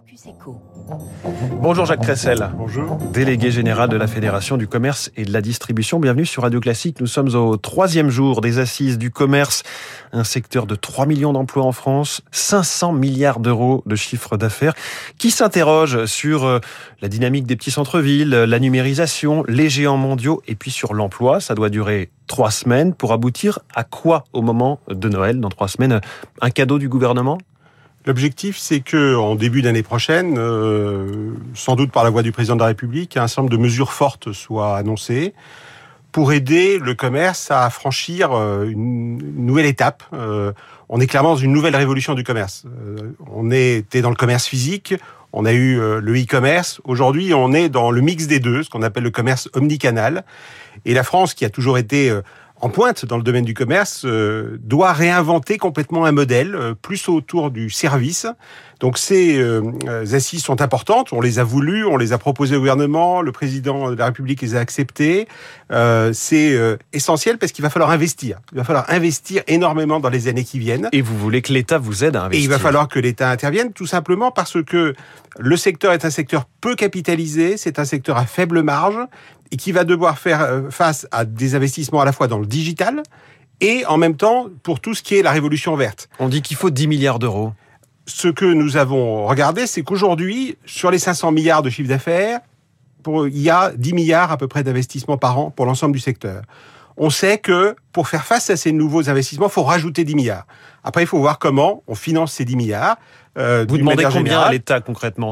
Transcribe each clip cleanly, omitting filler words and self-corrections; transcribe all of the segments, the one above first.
Campus Éco. Bonjour Jacques Cressel. Bonjour. Délégué général de la Fédération du commerce et de la distribution. Bienvenue sur Radio Classique. Nous sommes au 3e jour des assises du commerce. Un secteur de 3 millions d'emplois en France, 500 milliards d'euros de chiffre d'affaires, qui s'interroge sur la dynamique des petits centres-villes, la numérisation, les géants mondiaux et puis sur l'emploi. Ça doit durer 3 semaines pour aboutir à quoi au moment de Noël, dans 3 semaines? Un cadeau du gouvernement? L'objectif, c'est que en début d'année prochaine, sans doute par la voix du président de la République, un certain nombre de mesures fortes soient annoncées pour aider le commerce à franchir une nouvelle étape. On est clairement dans une nouvelle révolution du commerce. On était dans le commerce physique, on a eu le e-commerce. Aujourd'hui, on est dans le mix des deux, ce qu'on appelle le commerce omnicanal. Et la France, qui a toujours été en pointe dans le domaine du commerce, doit réinventer complètement un modèle, plus autour du service. Donc ces assises sont importantes, on les a voulues, on les a proposées au gouvernement, le président de la République les a acceptées. C'est essentiel parce qu'il va falloir investir. Il va falloir investir énormément dans les années qui viennent. Et vous voulez que l'État vous aide à investir? Et il va falloir que l'État intervienne, tout simplement parce que le secteur est un secteur peu capitalisé, c'est un secteur à faible marge, et qui va devoir faire face à des investissements à la fois dans le digital et en même temps pour tout ce qui est la révolution verte. On dit qu'il faut 10 milliards d'euros. Ce que nous avons regardé, c'est qu'aujourd'hui, sur les 500 milliards de chiffre d'affaires, il y a 10 milliards à peu près d'investissements par an pour l'ensemble du secteur. On sait que pour faire face à ces nouveaux investissements, il faut rajouter 10 milliards. Après, il faut voir comment on finance ces 10 milliards. Vous demandez combien à l'État concrètement?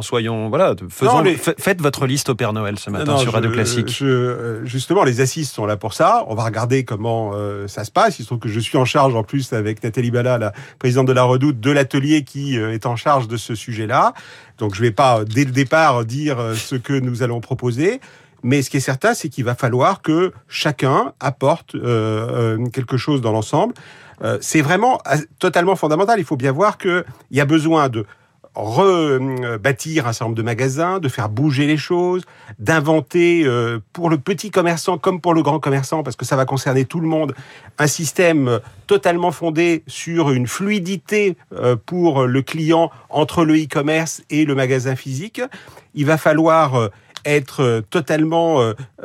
Faites votre liste au Père Noël ce matin sur Radio Classique. Justement, les assises sont là pour ça. On va regarder comment ça se passe. Il se trouve que je suis en charge en plus avec Nathalie Bala, la présidente de la Redoute, de l'atelier qui est en charge de ce sujet-là. Donc je ne vais pas dès le départ dire ce que nous allons proposer. Mais ce qui est certain, c'est qu'il va falloir que chacun apporte quelque chose dans l'ensemble. C'est vraiment totalement fondamental. Il faut bien voir qu'il y a besoin de rebâtir un certain nombre de magasins, de faire bouger les choses, d'inventer pour le petit commerçant comme pour le grand commerçant, parce que ça va concerner tout le monde, un système totalement fondé sur une fluidité pour le client entre le e-commerce et le magasin physique. Il va falloir être totalement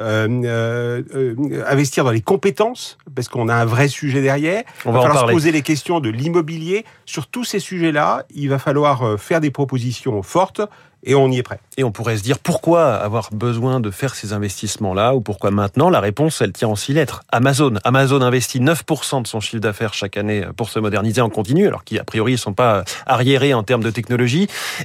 investir dans les compétences, parce qu'on a un vrai sujet derrière. Il va falloir se poser les questions de l'immobilier. Sur tous ces sujets-là, il va falloir faire des propositions fortes, et on y est prêt. Et on pourrait se dire, pourquoi avoir besoin de faire ces investissements-là, ou pourquoi maintenant? La réponse, elle tient en 6 lettres. Amazon investit 9% de son chiffre d'affaires chaque année pour se moderniser en continu, alors qu'a priori, ils ne sont pas arriérés en termes de technologie.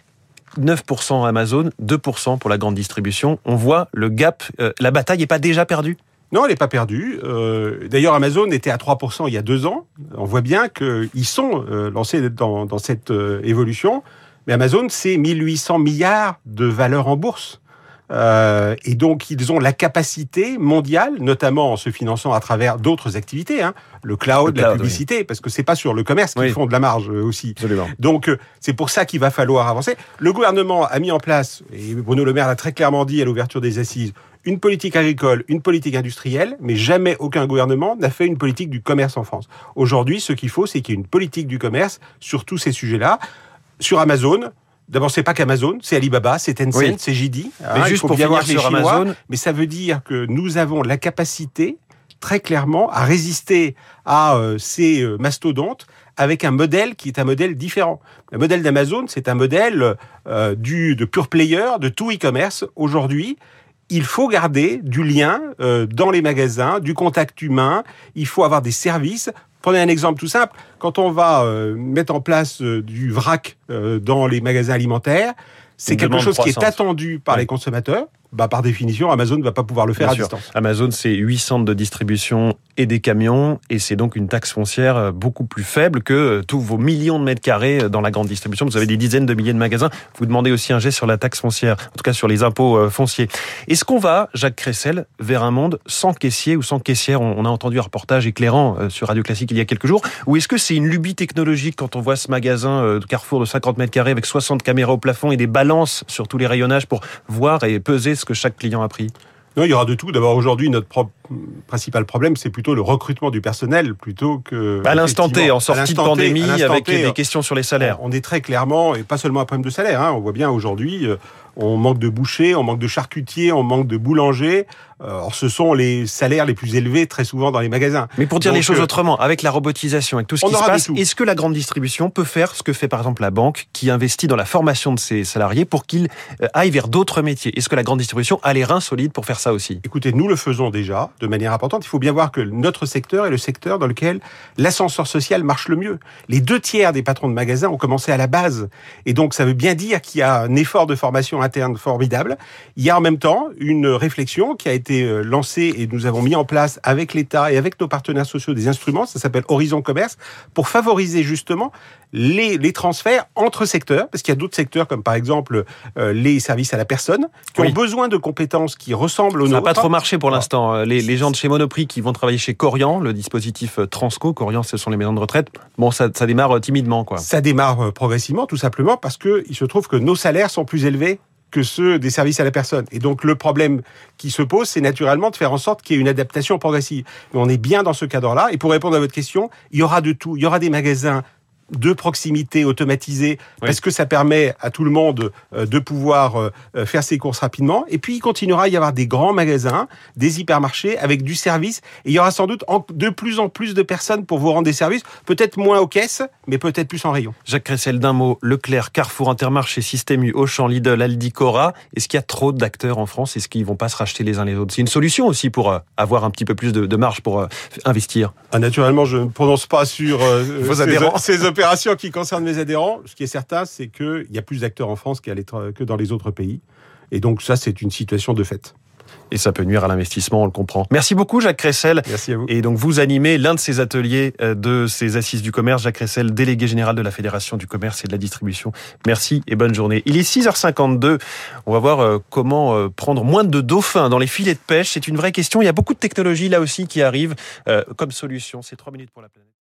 9% Amazon, 2% pour la grande distribution. On voit le gap, la bataille n'est pas déjà perdue? Non, elle n'est pas perdue. D'ailleurs, Amazon était à 3% il y a 2 ans. On voit bien qu'ils sont lancés dans cette évolution. Mais Amazon, c'est 1800 milliards de valeur en bourse. Et donc, ils ont la capacité mondiale, notamment en se finançant à travers d'autres activités, le cloud, la publicité, parce que c'est pas sur le commerce qu'ils font de la marge aussi. Absolument. Donc, c'est pour ça qu'il va falloir avancer. Le gouvernement a mis en place, et Bruno Le Maire l'a très clairement dit à l'ouverture des assises, une politique agricole, une politique industrielle, mais jamais aucun gouvernement n'a fait une politique du commerce en France. Aujourd'hui, ce qu'il faut, c'est qu'il y ait une politique du commerce sur tous ces sujets-là. Sur Amazon, d'abord, c'est pas qu'Amazon, c'est Alibaba, c'est Tencent, c'est JD. Mais juste pour finir sur Amazon, mais ça veut dire que nous avons la capacité, très clairement, à résister à ces mastodontes avec un modèle qui est un modèle différent. Le modèle d'Amazon, c'est un modèle de pure player, de tout e-commerce. Aujourd'hui, il faut garder du lien dans les magasins, du contact humain, il faut avoir des services. Prenez un exemple tout simple, quand on va mettre en place du vrac dans les magasins alimentaires, c'est quelque chose qui est attendu par les consommateurs. Par définition, Amazon ne va pas pouvoir le faire à distance. Amazon, c'est 8 centres de distribution et des camions, et c'est donc une taxe foncière beaucoup plus faible que tous vos millions de mètres carrés dans la grande distribution. Vous avez des dizaines de milliers de magasins. Vous demandez aussi un jet sur la taxe foncière, en tout cas sur les impôts fonciers. Est-ce qu'on va, Jacques Cressel, vers un monde sans caissier ou sans caissière? On a entendu un reportage éclairant sur Radio Classique il y a quelques jours. Ou est-ce que c'est une lubie technologique quand on voit ce magasin de Carrefour de 50 mètres carrés avec 60 caméras au plafond et des balances sur tous les rayonnages pour voir et peser ce que chaque client a pris? Non, il y aura de tout. D'abord, aujourd'hui, notre propre principal problème, c'est plutôt le recrutement du personnel plutôt que... À l'instant T, en sortie de pandémie, avec des questions sur les salaires. On est très clairement, et pas seulement un problème de salaire, on voit bien aujourd'hui, on manque de bouchers, on manque de charcutiers, on manque de boulangers. Or, ce sont les salaires les plus élevés très souvent dans les magasins. Mais pour dire les choses autrement, avec la robotisation, avec tout ce qui se passe, est-ce que la grande distribution peut faire ce que fait par exemple la banque qui investit dans la formation de ses salariés pour qu'ils aillent vers d'autres métiers? Est-ce que la grande distribution a les reins solides pour faire ça aussi? Écoutez, nous le faisons déjà de manière importante. Il faut bien voir que notre secteur est le secteur dans lequel l'ascenseur social marche le mieux. Les 2/3 des patrons de magasins ont commencé à la base. Et donc, ça veut bien dire qu'il y a un effort de formation interne formidable. Il y a en même temps une réflexion qui a été lancée et nous avons mis en place avec l'État et avec nos partenaires sociaux des instruments, ça s'appelle Horizon Commerce, pour favoriser justement les transferts entre secteurs, parce qu'il y a d'autres secteurs comme par exemple les services à la personne qui ont besoin de compétences qui ressemblent aux nôtres. Ça n'a pas trop marché pour l'instant. Les gens de chez Monoprix qui vont travailler chez Korian, le dispositif Transco, Korian ce sont les maisons de retraite, bon ça démarre timidement, quoi. Ça démarre progressivement, tout simplement parce que il se trouve que nos salaires sont plus élevés que ceux des services à la personne. Et donc, le problème qui se pose, c'est naturellement de faire en sorte qu'il y ait une adaptation progressive. Mais on est bien dans ce cadre-là. Et pour répondre à votre question, il y aura de tout. Il y aura des magasins de proximité automatisés, parce que ça permet à tout le monde de pouvoir faire ses courses rapidement. Et puis, il continuera à y avoir des grands magasins, des hypermarchés avec du service. Et il y aura sans doute de plus en plus de personnes pour vous rendre des services, peut-être moins aux caisses, mais peut-être plus en rayon. Jacques Cressel, d'un mot, Leclerc, Carrefour, Intermarché, Système U, Auchan, Lidl, Aldi, Cora. Est-ce qu'il y a trop d'acteurs en France? Est-ce qu'ils ne vont pas se racheter les uns les autres? C'est une solution aussi pour avoir un petit peu plus de marge pour investir. Naturellement, je ne prononce pas sur vos adhérents. Ces opérations qui concernent mes adhérents. Ce qui est certain, c'est qu'il y a plus d'acteurs en France que dans les autres pays. Et donc ça, c'est une situation de fait. Et ça peut nuire à l'investissement, on le comprend. Merci beaucoup, Jacques Cressel. Merci à vous. Et donc, vous animez l'un de ces ateliers de ces assises du commerce. Jacques Cressel, délégué général de la Fédération du commerce et de la distribution. Merci et bonne journée. Il est 6h52. On va voir comment prendre moins de dauphins dans les filets de pêche. C'est une vraie question. Il y a beaucoup de technologies là aussi qui arrivent comme solution. C'est 3 minutes pour la planète.